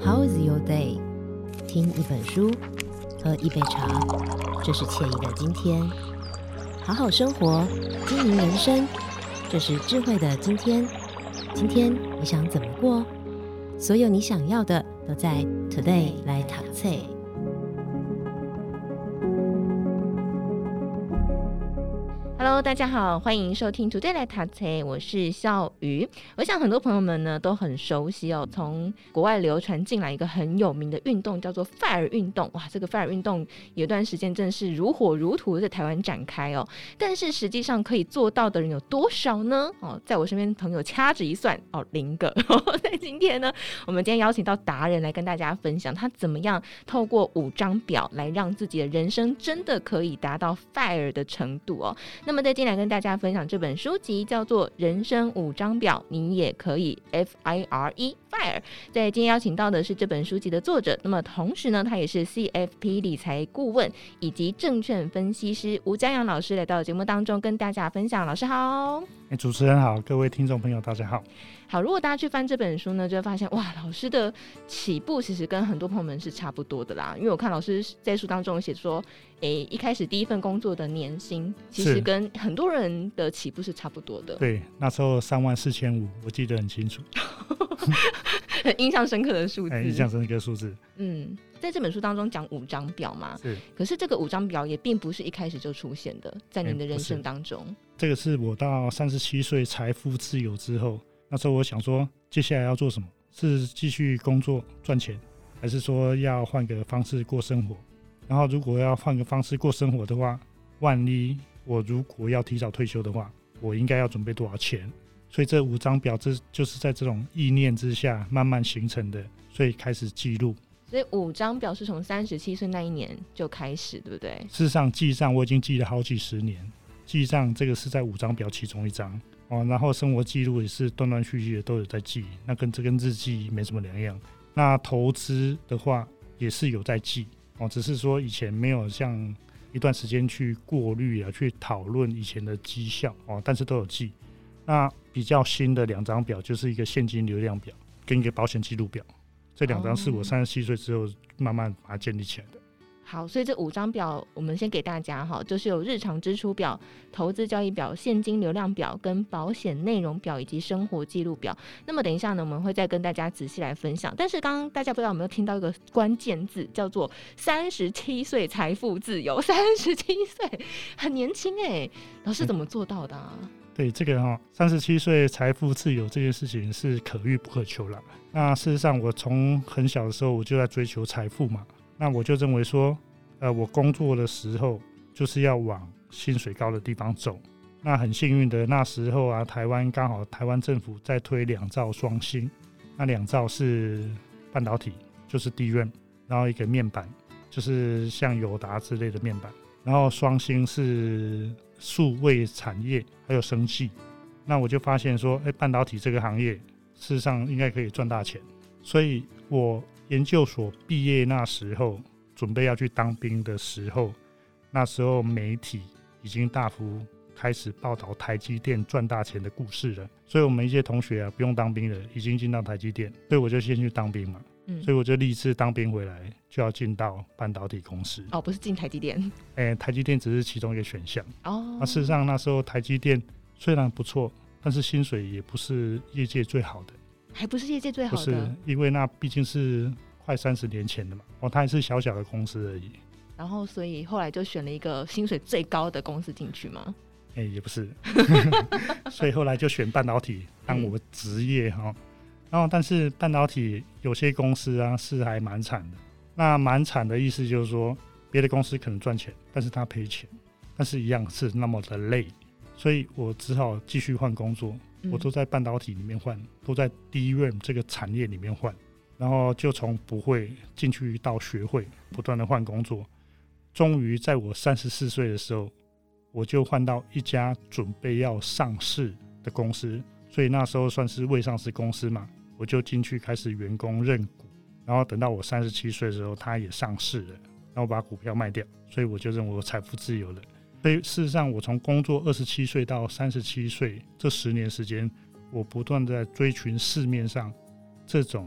How is your day？ 听一本书，喝一杯茶，这是惬意的今天。好好生活，经营人生，这是智慧的今天。今天你想怎么过？所有你想要的都在 Today 来读册。Hello， 大家好，欢迎收听 Today 来读册，我是笑瑜。我想很多朋友们呢都很熟悉哦，从国外流传进来一个很有名的运动叫做 FIRE 运动。哇，这个 FIRE 运动有段时间真的是如火如荼在台湾展开哦。但是实际上可以做到的人有多少呢？哦，在我身边朋友掐指一算哦，0个。在今天呢，我们今天邀请到达人来跟大家分享他怎么样透过5张表来让自己的人生真的可以达到 FIRE 的程度哦。那么在今天来跟大家分享这本书籍叫做《人生5张表》，你也可以 FIRE。在今天邀请到的是这本书籍的作者，那么同时呢，他也是 CFP 理财顾问以及证券分析师吴嘉阳老师来到节目当中跟大家分享。老师好。 主持人好，各位听众朋友大家好。 好，如果大家去翻这本书呢，就会发现哇，老师的起步其实跟很多朋友们是差不多的啦。因为我看老师在书当中写说，一开始第一份工作的年薪其实跟很多人的起步是差不多的。 对，那时候34500，我记得很清楚。 很印象深刻的数字。 印象深刻的数字。 在这本书当中讲5张表嘛，可是这个5张表也并不是一开始就出现的，在您的人生当中。 这个是我到37岁财富自由之后，那时候我想说接下来要做什么，是继续工作赚钱，还是说要换个方式过生活。然后如果要换个方式过生活的话，万一我如果要提早退休的话，我应该要准备多少钱。所以这5张表这就是在这种意念之下慢慢形成的，所以开始记录。 所以5张表是从37岁那一年就开始，对不对？ 事实上记账我已经记了好几十年，记账这个是在5张表其中一张然后生活记录也是断断续续的都有在记，那这跟日记没什么两样。那投资的话也是有在记只是说以前没有像一段时间去过滤去讨论以前的绩效但是都有记。那比较新的2张表就是一个现金流量表跟一个保险记录表，这2张是我37岁之后慢慢把它建立起来的。 好，所以这5张表我们先给大家就是有日常支出表、投资交易表、现金流量表跟保险内容表以及生活记录表。那么等一下呢，我们会再跟大家仔细来分享。但是刚刚大家不知道有没有听到一个关键字，叫做37岁财富自由。37岁很年轻老师怎么做到的啊？ 对，这个37岁财富自由这件事情是可遇不可求了。那事实上我从很小的时候我就在追求财富嘛，那我就认为说我工作的时候就是要往薪水高的地方走。那很幸运的那时候台湾刚好台湾政府在推2兆双星，那2兆是半导体，就是 DRAM， 然后一个面板就是像友达之类的面板，然后双星是数位产业还有生技。那我就发现说半导体这个行业事实上应该可以赚大钱，所以我研究所毕业那时候准备要去当兵的时候，那时候媒体已经大幅开始报道台积电赚大钱的故事了，所以我们一些同学不用当兵了，已经进到台积电，所以我就先去当兵嘛。所以我就立志当兵回来就要进到半导体公司不是进台积电。 台积电只是其中一个选项那事实上那时候台积电虽然不错，但是薪水也不是业界最好的。 还不是业界最好的？ 不是，因为那毕竟是快30年前的嘛它也是小小的公司而已。 然后所以后来就选了一个薪水最高的公司进去吗？ 也不是所以后来就选半导体当我职业然后但是半导体有些公司是还蛮惨的。那蛮惨的意思就是说别的公司可能赚钱，但是他赔钱，但是一样是那么的累，所以我只好继续换工作。我都在半导体里面换，都在 DRAM 这个产业里面换，然后就从不会进去到学会，不断的换工作。终于在我34岁的时候，我就换到一家准备要上市的公司，所以那时候算是未上市公司嘛，我就进去开始员工认股，然后等到我37岁的时候它也上市了，然后把股票卖掉，所以我就认为我财富自由了。所以事实上我从工作27岁到37岁这10年时间，我不断在追寻市面上这种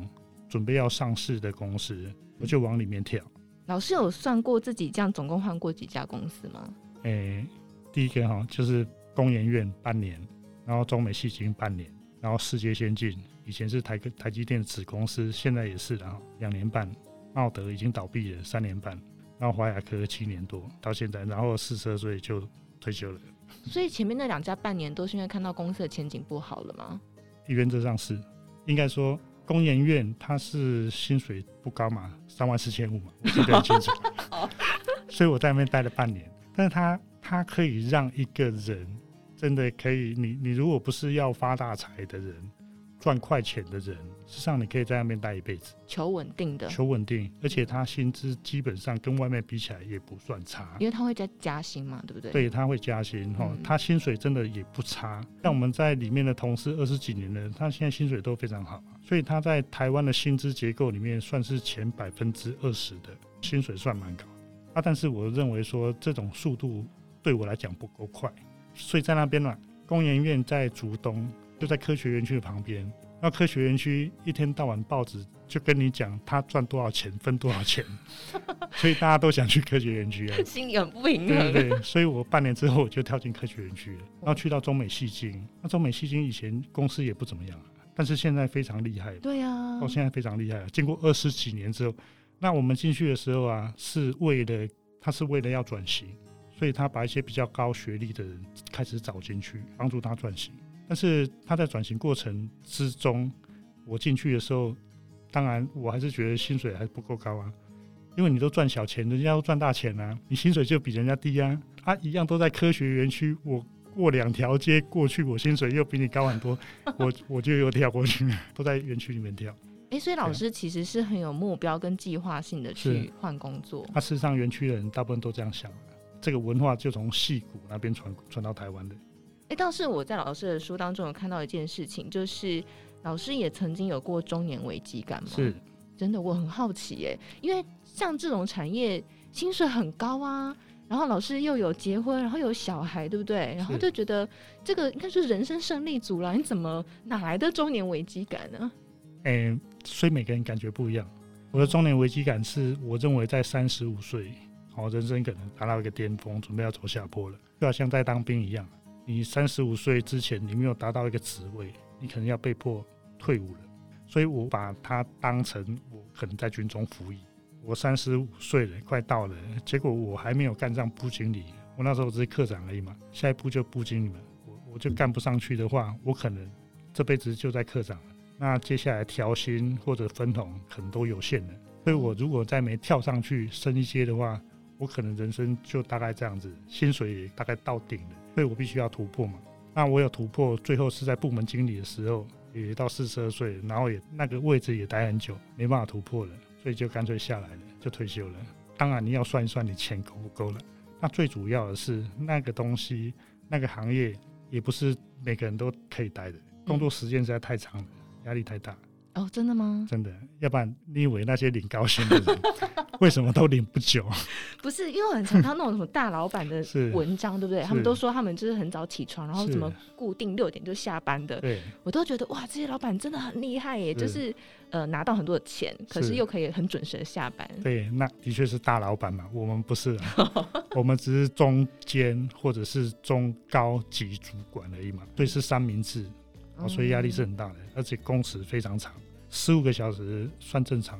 准备要上市的公司，我就往里面跳。 老师有算过自己这样总共换过几家公司吗？ 第一个就是工研院半年，然后中美细晶半年，然后世界先进以前是台积电的子公司，现在也是的2年半，茂德已经倒闭了3年半，然后华亚科7年多到现在，然后42岁就退休了。 所以前面那2家半年都是因为看到公司的前景不好了吗？ 原则上是，应该说工研院它是薪水不高嘛，34500嘛，我记得很清楚所以我在那边待了半年。但是它可以让一个人真的可以，你如果不是要发大财的人，赚快钱的人，事实上你可以在那边待一辈子， 求稳定的， 求稳定，而且他薪资基本上跟外面比起来也不算差， 因为他会加薪嘛，对不对？ 对，他会加薪，他薪水真的也不差。像我们在里面的同事20几年了，他现在薪水都非常好，所以他在台湾的薪资结构里面算是前20%的薪水，算蛮高的。但是我认为说这种速度对我来讲不够快，所以在那边嘛，工研院在竹东，就在科学园区的旁边。那科学园区一天到晚报纸就跟你讲他赚多少钱，分多少钱，所以大家都想去科学园区啊， 心里很不平衡。 对对，所以我半年之后我就跳进科学园区了，然后去到中美细晶。那中美细晶以前公司也不怎么样，但是现在非常厉害。 对啊， 现在非常厉害了。经过20几年之后，那我们进去的时候啊，他是为了要转型，所以他把一些比较高学历的人开始找进去，帮助他转型。但是他在转型过程之中，我进去的时候，当然我还是觉得薪水还不够高啊，因为你都赚小钱，人家都赚大钱啊，你薪水就比人家低啊。一样都在科学园区，我过2条街过去，我薪水又比你高很多，我就又跳过去，都在园区里面跳。 所以老师其实是很有目标跟计划性的去换工作。 事实上园区的人大部分都这样想，这个文化就从矽谷那边传到台湾的。 倒是我在老师的书当中有看到一件事情，就是老师也曾经有过中年危机感吗？ 是， 真的我很好奇耶，因为像这种产业薪水很高啊，然后老师又有结婚，然后有小孩，对不对？然后就觉得这个应该是人生胜利组了，你怎么哪来的中年危机感呢？ 所以每个人感觉不一样。我的中年危机感是我认为在35岁，人生可能达到一个巅峰，准备要走下坡了，就好像在当兵一样。你35岁之前你没有达到一个职位，你可能要被迫退伍了。所以我把它当成我可能在军中服役。我35岁了，快到了，结果我还没有干上部经理，我那时候只是科长而已嘛，下一步就部经理嘛，我就干不上去的话，我可能这辈子就在科长了。那接下来调薪或者分红可能都有限的，所以我如果再没跳上去升一阶的话，我可能人生就大概这样子，薪水也大概到顶了，所以我必须要突破嘛。那我有突破，最后是在部门经理的时候，也到42岁，然后也那个位置也待很久，没办法突破了，所以就干脆下来了，就退休了。当然你要算一算你钱够不够了。那最主要的是那个东西，那个行业也不是每个人都可以待的，工作时间实在太长了，压力太大。 真的吗？ 真的，要不然你以为那些领高薪的人为什么都领不久？ 不是，因为我很常看到那种什么大老板的文章，对不对？他们都说他们就是很早起床，然后什么固定6点就下班的。对，我都觉得哇，这些老板真的很厉害耶，就是拿到很多的钱，可是又可以很准时的下班。对， 那的确是大老板嘛，我们不是啊我们只是中间或者是中高级主管而已嘛，所以是三明治，所以压力是很大的，而且工时非常长，15个小时算正常了。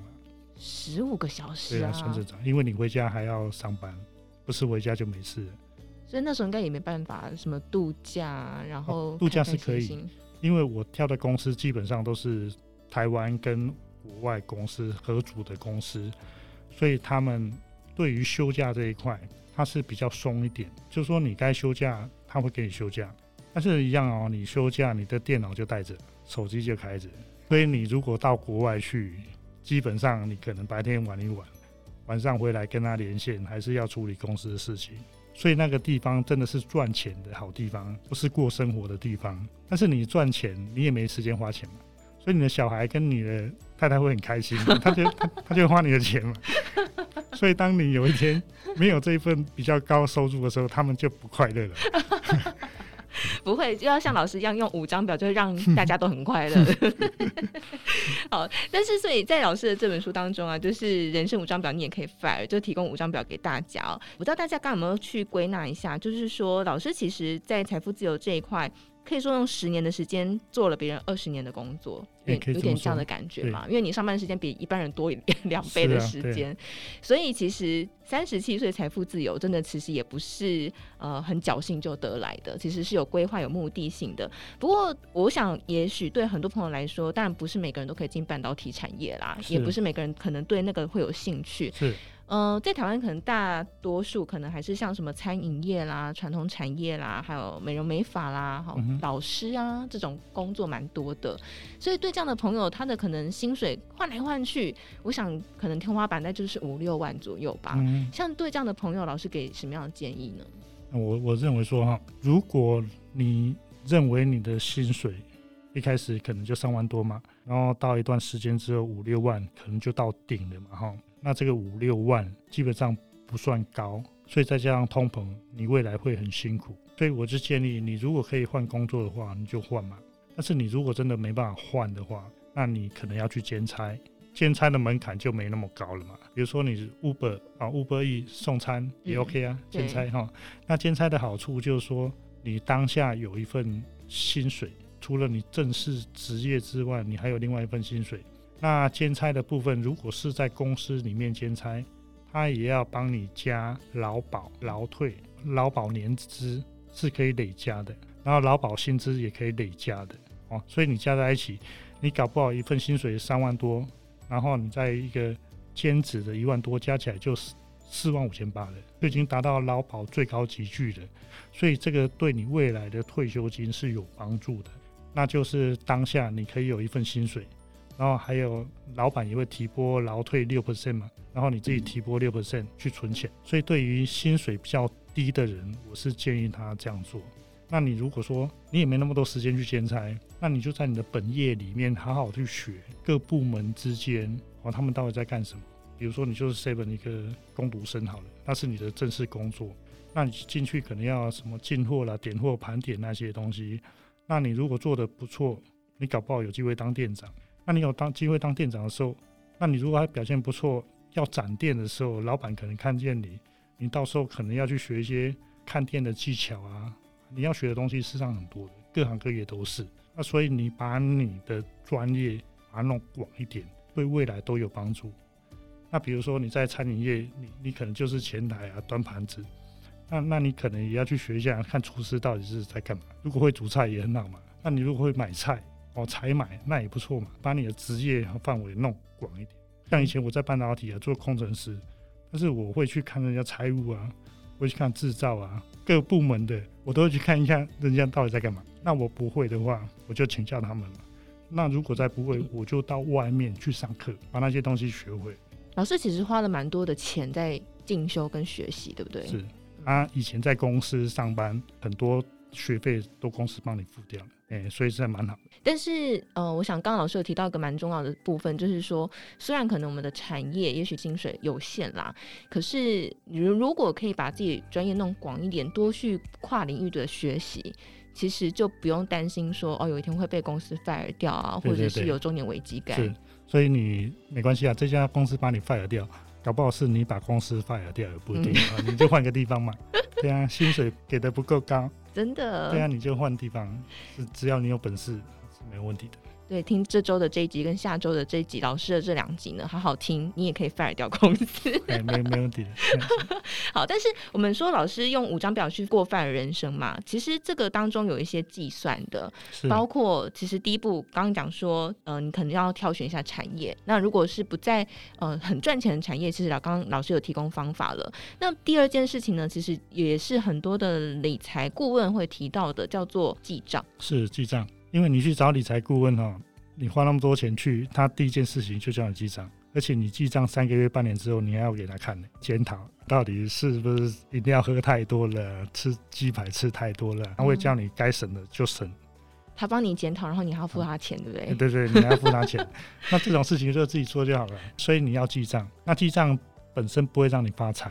15个小时啊， 对啊，算正常，因为你回家还要上班，不是回家就没事了。 所以那时候应该也没办法什么度假，然后度假是可以，因为我跳的公司基本上都是台湾跟国外公司合组的公司，所以他们对于休假这一块它是比较松一点，就是说你该休假他会给你休假，但是一样哦，你休假你的电脑就带着，手机就开着，所以你如果到国外去，基本上你可能白天玩一玩，晚上回来跟他连线，还是要处理公司的事情。所以那个地方真的是赚钱的好地方，不是过生活的地方。但是你赚钱，你也没时间花钱嘛，所以你的小孩跟你的太太会很开心，他就会花你的钱嘛。所以当你有一天没有这一份比较高收入的时候，他们就不快乐了。 不会就要像老师一样用5张表，就会让大家都很快乐。好，但是所以在老师的这本书当中啊，就是人生5张表，你也可以 fire， 就提供5张表给大家哦。不知道大家刚刚有没有去归纳一下，就是说老师其实在财富自由这一块，可以说用10年的时间做了别人20年的工作，有点这样的感觉嘛？因为你上班时间比一般人多2倍的时间，所以其实37岁财富自由，真的其实也不是很侥幸就得来的，其实是有规划、有目的性的。不过，我想也许对很多朋友来说，当然不是每个人都可以进半导体产业啦，也不是每个人可能对那个会有兴趣。 是。 在台湾可能大多数可能还是像什么餐饮业啦、传统产业啦，还有美容美发啦、老师啊这种工作蛮多的，所以对这样的朋友，他的可能薪水换来换去，我想可能天花板在就是5-6万左右吧。像对这样的朋友，老师给什么样的建议呢？ 我认为说哈，如果你认为你的薪水一开始可能就3万多嘛，然后到一段时间之后5-6万可能就到顶了嘛哈。那这个5-6万基本上不算高，所以再加上通膨，你未来会很辛苦。所以我就建议你，如果可以换工作的话，你就换嘛。但是你如果真的没办法换的话，那你可能要去兼差，兼差的门槛就没那么高了嘛。比如说你是 Uber E 送餐也 OK 啊，兼差哈。那兼差的好处就是说，你当下有一份薪水，除了你正式职业之外，你还有另外一份薪水。那兼差的部分，如果是在公司里面兼差，他也要帮你加劳保、劳退、劳保年资是可以累加的，然后劳保薪资也可以累加的哦。所以你加在一起，你搞不好一份薪水3万多，然后你在一个兼职的1万多，加起来就45800了，就已经达到劳保最高级距了。所以这个对你未来的退休金是有帮助的。那就是当下你可以有一份薪水。然后还有老板也会提拨劳退 6% 嘛，然后你自己提拨 6% 去存钱。所以对于薪水比较低的人，我是建议他这样做。那你如果说你也没那么多时间去兼差，那你就在你的本业里面好好去学各部门之间他们到底在干什么。比如说你就是 7 一个工读生好了，那是你的正式工作，那你进去可能要什么进货啦、点货、盘点那些东西。那你如果做得不错，你搞不好有机会当店长。那你有机会当店长的时候，那你如果还表现不错，要展店的时候，老板可能看见你，你到时候可能要去学一些看店的技巧啊，你要学的东西事实上很多的，各行各业都是。那所以你把你的专业把它弄广一点，对未来都有帮助。那比如说你在餐饮业，你可能就是前台啊，端盘子，那你可能也要去学一下，看厨师到底是在干嘛。如果会煮菜也很好嘛，那你如果会买菜采买那也不错嘛，把你的职业范围弄广一点。像以前我在半导体做工程师，但是我会去看人家财务啊，会去看制造啊，各部门的我都会去看一下人家到底在干嘛。那我不会的话，我就请教他们嘛。那如果再不会，我就到外面去上课，把那些东西学会。 老师其实花了蛮多的钱在进修跟学习，对不对？ 是以前在公司上班，很多学费都公司帮你付掉了，所以是蛮好的。 但是我想刚刚老师有提到一个蛮重要的部分，就是说虽然可能我们的产业也许薪水有限啦，可是如果可以把自己专业弄广一点，多去跨领域的学习，其实就不用担心说有一天会被公司 fire 掉啊，或者是有中年危机感。 是，所以你没关系啊，这家公司把你 fire 掉，搞不好是你把公司 fire 掉也不一定你就换个地方嘛。对啊，薪水给的不够高， 真的。 对啊，你就换地方，只要你有本事是没有问题的。 对，听这周的这一集跟下周的这一集老师的这2集呢，好好听，你也可以 fire 掉公司。 没问题的。 好，但是我们说老师用5张表去过 fire 人生嘛，其实这个当中有一些计算的，包括其实第一步刚刚讲说你可能要挑选一下产业，那如果是不在很赚钱的产业，其实刚刚老师有提供方法了。那第二件事情呢，其实也是很多的理财顾问会提到的，叫做记账。 是记账，因为你去找理财顾问你花那么多钱去，他第一件事情就叫你记账，而且你记账3个月、半年之后，你还要给他看检讨到底是不是饮料喝太多了，吃鸡排吃太多了，他会叫你该省的就省。 他帮你检讨，然后你还要付他钱，对不对？ 对对，你还要付他钱。那这种事情就自己做就好了，所以你要记账。那记账本身不会让你发财，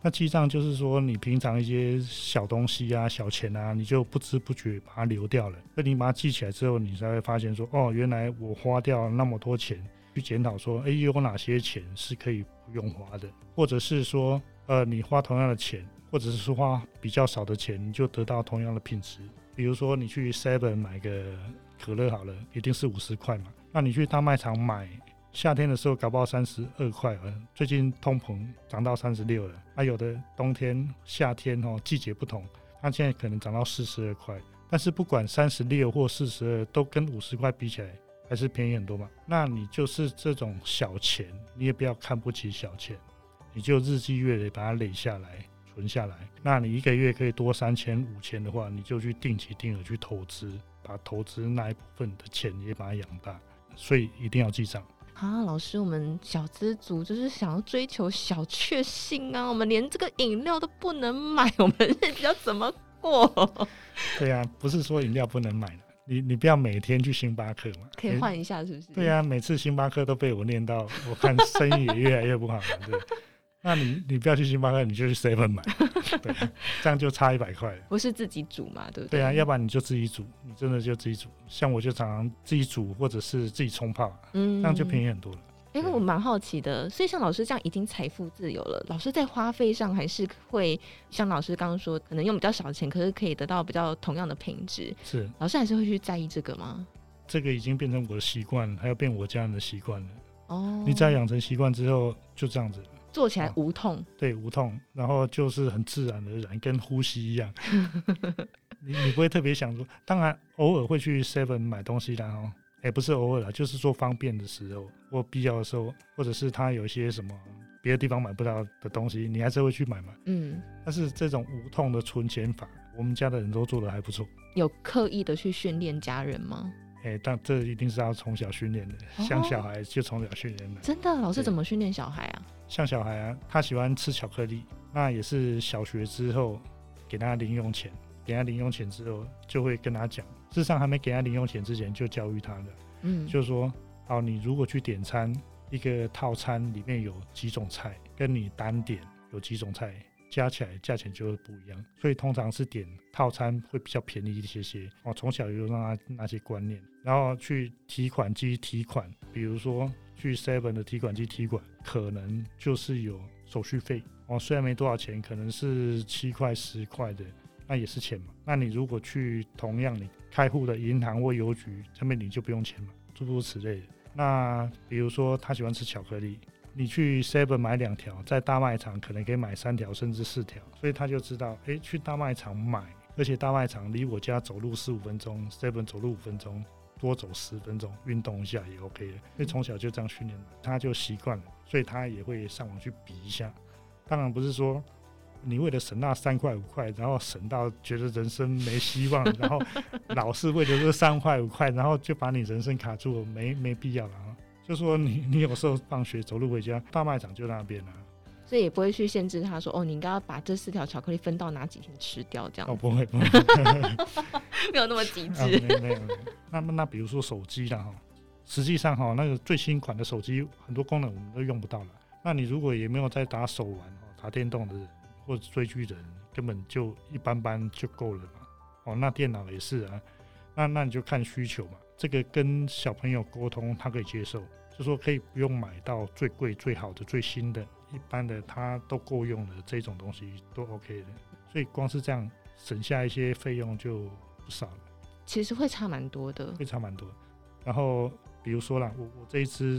那记账就是说你平常一些小东西啊小钱啊，你就不知不觉把它流掉了，所以你把它记起来之后，你才会发现说原来我花掉那么多钱，去检讨说有哪些钱是可以不用花的，或者是说你花同样的钱，或者是花比较少的钱，你就得到同样的品质。比如说你去 Seven 买个可乐好了，一定是50块嘛，那你去大卖场买，夏天的时候搞不好32块了，最近通膨涨到36了，有的冬天夏天季节不同，它现在可能涨到42块，但是不管36或42都跟50块比起来还是便宜很多嘛。那你就是这种小钱，你也不要看不起小钱，你就日积月累把它累下来存下来，那你一个月可以多3000、5000的话，你就去定期定额去投资，把投资那一部分的钱也把它养大，所以一定要记账。 老师，我们小资族就是想要追求小确幸啊，我们连这个饮料都不能买，我们日子要怎么过？ 对啊，不是说饮料不能买的，你不要每天去星巴克嘛， 可以换一下是不是？ 对啊，每次星巴克都被我念到，我看生意也越来越不好了。对，那你不要去星巴克，你就去 7 买，对，这样就差100块了。 不是自己煮嘛，对不对？ 对啊，要不然你就自己煮，你真的就自己煮。像我就常常自己煮，或者是自己冲泡，这样就便宜很多了。 因为我蛮好奇的，所以像老师这样已经财富自由了，老师在花费上还是会像老师刚刚说，可能用比较少的钱，可是可以得到比较同样的品质。 是， 老师还是会去在意这个吗？ 这个已经变成我的习惯，还要变我家人的习惯了。你只要养成习惯之后，就这样子。 做起来无痛， 对，无痛，然后就是很自然而然，跟呼吸一样。你不会特别想说，当然偶尔会去 7 买东西啦，不是偶尔啦，就是说方便的时候或必要的时候，或者是他有一些什么别的地方买不到的东西，你还是会去买嘛。但是这种无痛的存钱法，我们家的人都做得还不错。 有刻意的去训练家人吗？ 但这一定是要从小训练的，像小孩就从小训练的。 真的，老师怎么训练小孩啊？ 像小孩啊，他喜欢吃巧克力，那也是小学之后给他零用钱，给他零用钱之后就会跟他讲，事实上还没给他零用钱之前就教育他的，就是说你如果去点餐，一个套餐里面有几种菜，跟你单点有几种菜加起来价钱就会不一样，所以通常是点套餐会比较便宜一些从小就让他那些观念，然后去提款机提款，比如说去 7 的提款机提款，可能就是有手续费虽然没多少钱，可能是7块10块的，那也是钱嘛。那你如果去同样你开户的银行或邮局上面，你就不用钱嘛，诸如此类的。那比如说他喜欢吃巧克力，你去 7 买2条，在大卖场可能可以买3条甚至4条，所以他就知道去大卖场买，而且大卖场离我家走路15分钟， 7 走路5分钟，多走10分钟，运动一下也 OK 的。所以从小就这样训练他就习惯了，所以他也会上网去比一下。当然不是说你为了省那3块5块，然后省到觉得人生没希望，然后老是为了这3块5块，然后就把你人生卡住了，没必要了。就说你有时候放学走路回家，大卖场就那边了， 所以也不会去限制他说你应该要把这4条巧克力分到哪几天吃掉这样。 不会没有那么极致。 没有。那比如说手机啦，实际上那个最新款的手机很多功能我们都用不到了。那你如果也没有在打手玩打电动的人或者追剧的人，根本就一般般就够了嘛。那电脑也是啊，那你就看需求嘛。这个跟小朋友沟通他可以接受，就说可以不用买到最贵最好的最新的，一般的他都够用的这种东西都 OK 的，所以光是这样省下一些费用就不少了。 其实会差蛮多的， 会差蛮多。然后比如说啦，我这一支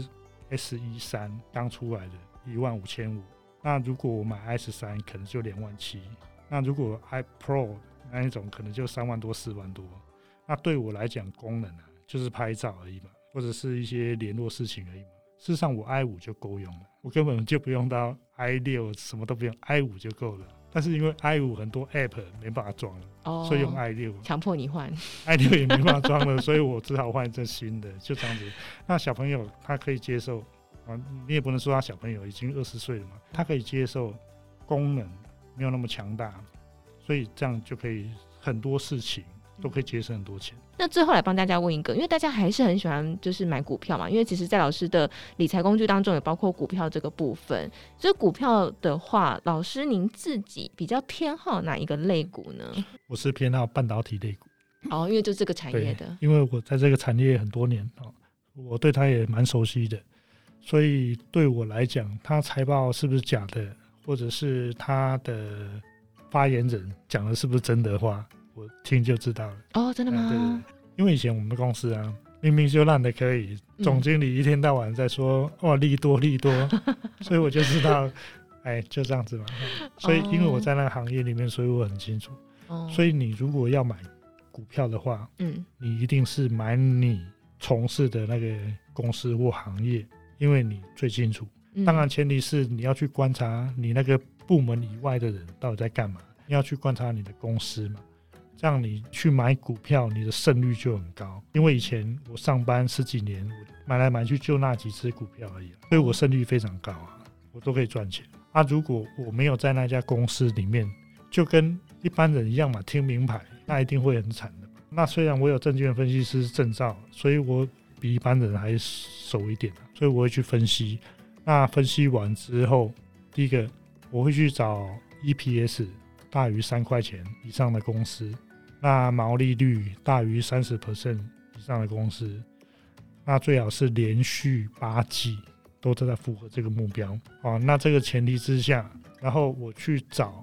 S13 刚出来的15500，那如果我买 S3 可能就27000，那如果 iPro 那一种可能就3万多4万多。那对我来讲功能就是拍照而已嘛，或者是一些联络事情而已嘛。事实上我 i5 就够用了，我根本就不用到 i6， 什么都不用， i5 就够了。但是因为 i5 很多 app 没办法装了，所以用 i6， 强迫你换 i6 也没办法装了，所以我只好换一支新的，就这样子。那小朋友他可以接受你也不能说他小朋友已经20岁了嘛，他可以接受功能没有那么强大，所以这样就可以很多事情都可以节省很多钱。 那最后来帮大家问一个，因为大家还是很喜欢就是买股票嘛，因为其实在老师的理财工具当中也包括股票这个部分，所以股票的话，老师您自己比较偏好哪一个类股呢？ 我是偏好半导体类股。 因为就这个产业的， 因为我在这个产业很多年，我对它也蛮熟悉的，所以对我来讲，它财报是不是假的，或者是它的发言人讲的是不是真的话，我听就知道了。 真的吗？ 对，因为以前我们的公司啊，明明就烂的可以，总经理一天到晚在说利多利多，所以我就知道就这样子嘛。所以因为我在那个行业里面，所以我很清楚。所以你如果要买股票的话，你一定是买你从事的那个公司或行业，因为你最清楚。当然前提是你要去观察你那个部门以外的人到底在干嘛，你要去观察你的公司嘛，这样你去买股票，你的胜率就很高。因为以前我上班10几年，我买来买去就那几只股票而已，所以我胜率非常高啊，我都可以赚钱。如果我没有在那家公司里面，就跟一般人一样嘛，听名牌，那一定会很惨的。那虽然我有证券分析师证照，所以我比一般人还熟一点，所以我会去分析。那分析完之后，第一个我会去找 EPS 大于3块钱以上的公司，那毛利率大于 30% 以上的公司，那最好是连续8季都在符合这个目标。那这个前提之下，然后我去找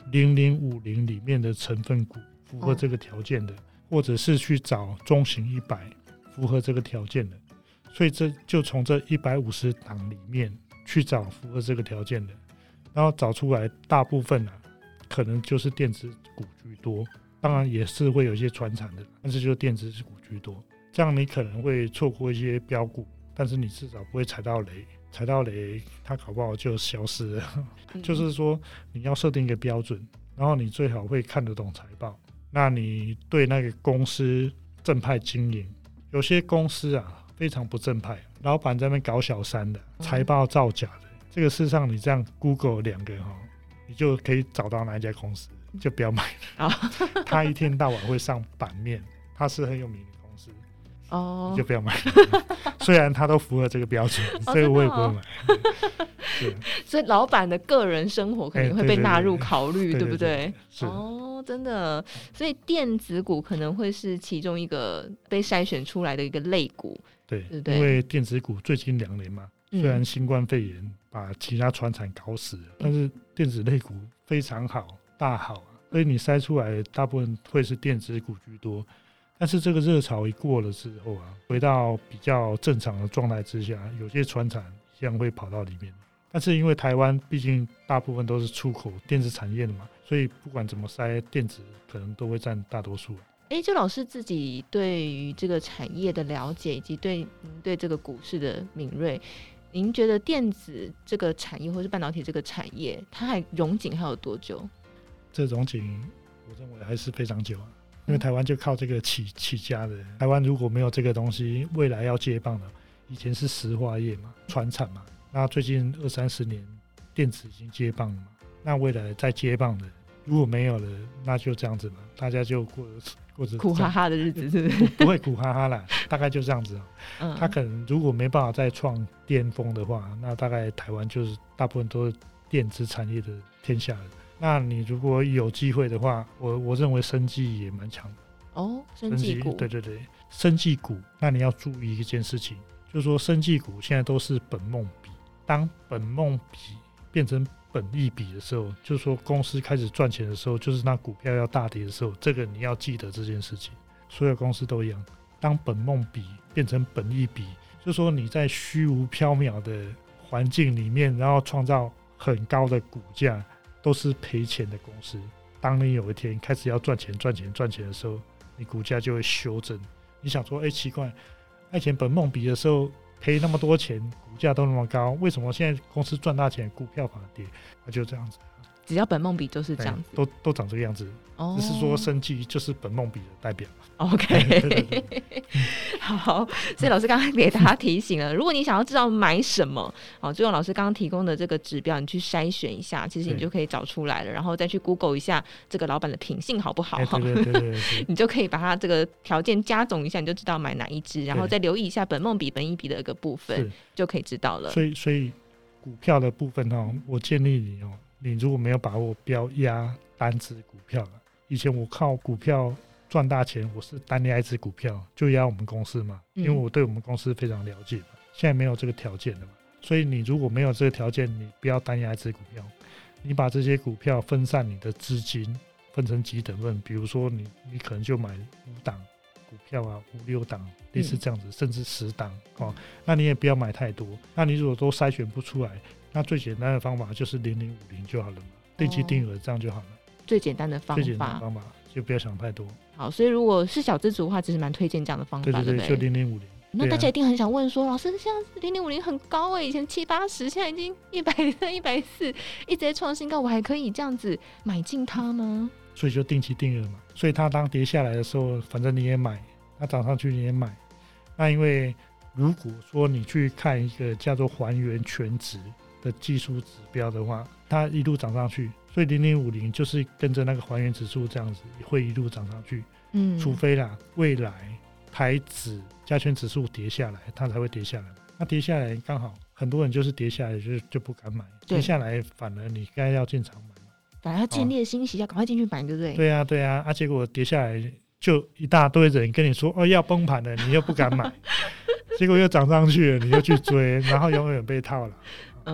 0050里面的成分股符合这个条件的，或者是去找中型100符合这个条件的，所以这就从这150档里面去找符合这个条件的，然后找出来大部分可能就是电子股居多，当然也是会有一些传产的，但是就是电子股居多。这样你可能会错过一些标股，但是你至少不会踩到雷，踩到雷它搞不好就消失了。就是说你要设定一个标准，然后你最好会看得懂财报，那你对那个公司正派经营。有些公司非常不正派，老板在那边搞小三的，财报造假的，这个事实上你这样 Google 2个你就可以找到哪一家公司，就不要买了。他一天到晚会上版面，他是很有名的公司，你就不要买了。虽然他都符合这个标准，所以我也不会买。 所以老板的个人生活可能会被纳入考虑，对不对？ 是真的。所以电子股可能会是其中一个被筛选出来的一个类股，对不对？ 因为电子股最近2年嘛，虽然新冠肺炎把其他传产搞死了，但是电子类股非常好，大好所以你筛出来大部分会是电子股居多。但是这个热潮一过了之后回到比较正常的状态之下，有些传产一样会跑到里面。但是因为台湾毕竟大部分都是出口电子产业的嘛，所以不管怎么筛，电子可能都会占大多数。 就老师自己对于这个产业的了解，以及对这个股市的敏锐，您觉得电子这个产业或是半导体这个产业，它还荣景还有多久？ 这荣景我认为还是非常久因为台湾就靠这个起家的。台湾如果没有这个东西，未来要接棒的，以前是石化业嘛，传产嘛，那最近20-30年电子已经接棒了嘛，那未来再接棒的如果没有了，那就这样子嘛，大家就过着苦哈哈的日子，是不是？ 不会苦哈哈啦，大概就这样子他可能如果没办法再创巅峰的话，那大概台湾就是大部分都是电子产业的天下了。那你如果有机会的话，我认为生技也蛮强的生技股， 对，生技股，那你要注意一件事情，就是说生技股现在都是本梦比，当本梦比变成本益比的时候，就是说公司开始赚钱的时候，就是那股票要大跌的时候，这个你要记得这件事情。所有公司都一样，当本梦比变成本益比，就是说你在虚无缥缈的环境里面，然后创造很高的股价，都是赔钱的公司。当你有一天开始要赚钱的时候，你股价就会修正。你想说奇怪，以前本梦比的时候赔那么多钱，股价都那么高，为什么现在公司赚大钱，股票反而跌？那就这样子。 只要本梦比就是这样子， 都长这个样子。只是说生计就是本梦比的代表。 OK， 对对对好，所以老师刚刚给大家提醒了，如果你想要知道买什么，就用老师刚刚提供的这个指标，你去筛选一下，其实你就可以找出来了，然后再去 Google 一下这个老板的品性好不好， 对对对对你就可以把它这个条件加总一下，你就知道买哪一支，然后再留意一下本梦比、本益比的一个部分，就可以知道了。 所以股票的部分我建议你你如果没有把握，不要压单只股票了。以前我靠股票赚大钱，我是单压一只股票就压我们公司嘛，因为我对我们公司非常了解嘛。现在没有这个条件了嘛，所以你如果没有这个条件，你不要单压一只股票，你把这些股票分散你的资金，分成几等份，比如说你可能就买5档股票啊，5、6档，类似这样子，甚至10档那你也不要买太多。那你如果都筛选不出来，那最简单的方法就是0050就好了嘛，定期定额这样就好了。 最简单的方法就不要想太多。 好，所以如果是小资族的话，其实蛮推荐这样的方法， 对对对，就0050。 那大家一定很想问说，老师现在0050很高以前70、80，现在已经130、140，一直在创新高，我还可以这样子买进它吗？ 所以就定期定额嘛。所以它当跌下来的时候，反正你也买，它涨上去你也买。那因为如果说你去看一个叫做还原全值的技术指标的话，它一路涨上去，所以0050就是跟着那个还原指数这样子会一路涨上去。除非未来台指加权指数跌下来，它才会跌下来。那跌下来刚好很多人就是跌下来就不敢买，跌下来反而你该要进场买嘛， 反而要建立欣喜，要赶快进去买，对不对？ 对啊对啊，结果跌下来就一大堆人跟你说要崩盘了，你又不敢买结果又涨上去了，你又去追，然后永远被套了。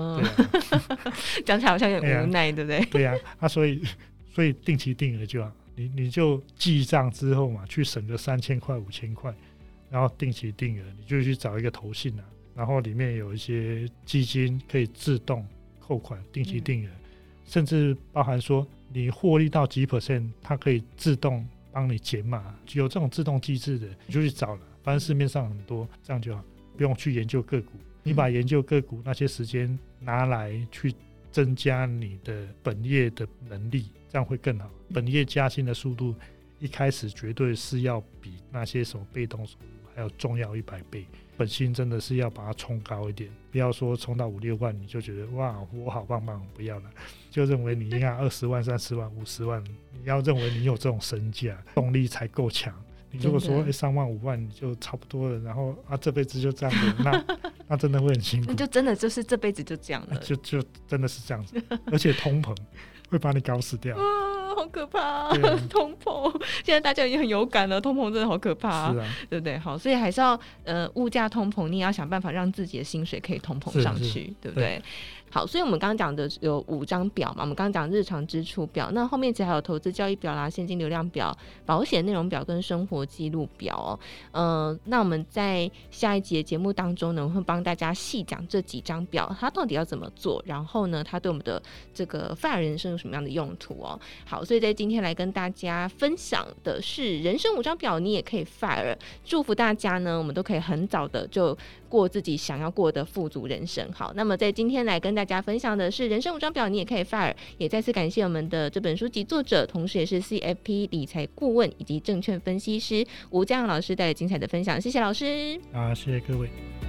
讲起来好像有点无奈，对不对？ 对啊，所以定期定额就好，你就记账之后嘛，去省个3000块、5000块，然后定期定额，你就去找一个投信然后里面有一些基金可以自动扣款，定期定额，甚至包含说你获利到几%，它可以自动帮你减码，有这种自动机制的，你就去找了，反正市面上很多，这样就好，不用去研究个股。你把研究个股那些时间拿来去增加你的本业的能力，这样会更好。本业加薪的速度一开始绝对是要比那些什么被动收入还要重要100倍，本薪真的是要把它冲高一点，不要说冲到5、6万你就觉得哇我好棒棒，不要了，就认为你应该20万、30万、50万，你要认为你有这种身价，动力才够强。你如果说3万5万你就差不多了，然后这辈子就这样子那真的会很辛苦， 那就真的就是这辈子就这样了， 就真的是这样子而且通膨会把你搞死掉好可怕通膨现在大家已经很有感了，通膨真的好可怕是啊， 对不对？好，所以还是要物价通膨，你也要想办法让自己的薪水可以通膨上去，对不对？好，所以我们刚刚讲的有5张表嘛，我们刚刚讲日常支出表，那后面其实还有投资交易表啦、现金流量表、保险内容表跟生活记录表那我们在下一集的节目当中呢，我会帮大家细讲这几张表它到底要怎么做，然后呢它对我们的这个FIRE人生有什么样的用途好，所以在今天来跟大家分享的是人生5张表你也可以 FIRE， 祝福大家呢我们都可以很早的就过自己想要过的富足人生。好，那么在今天来跟大家分享的是人生5张表你也可以 FIRE， 也再次感谢我们的这本书籍作者，同时也是 CFP 理财顾问以及证券分析师吴嘉阳老师带来精彩的分享，谢谢老师谢谢各位。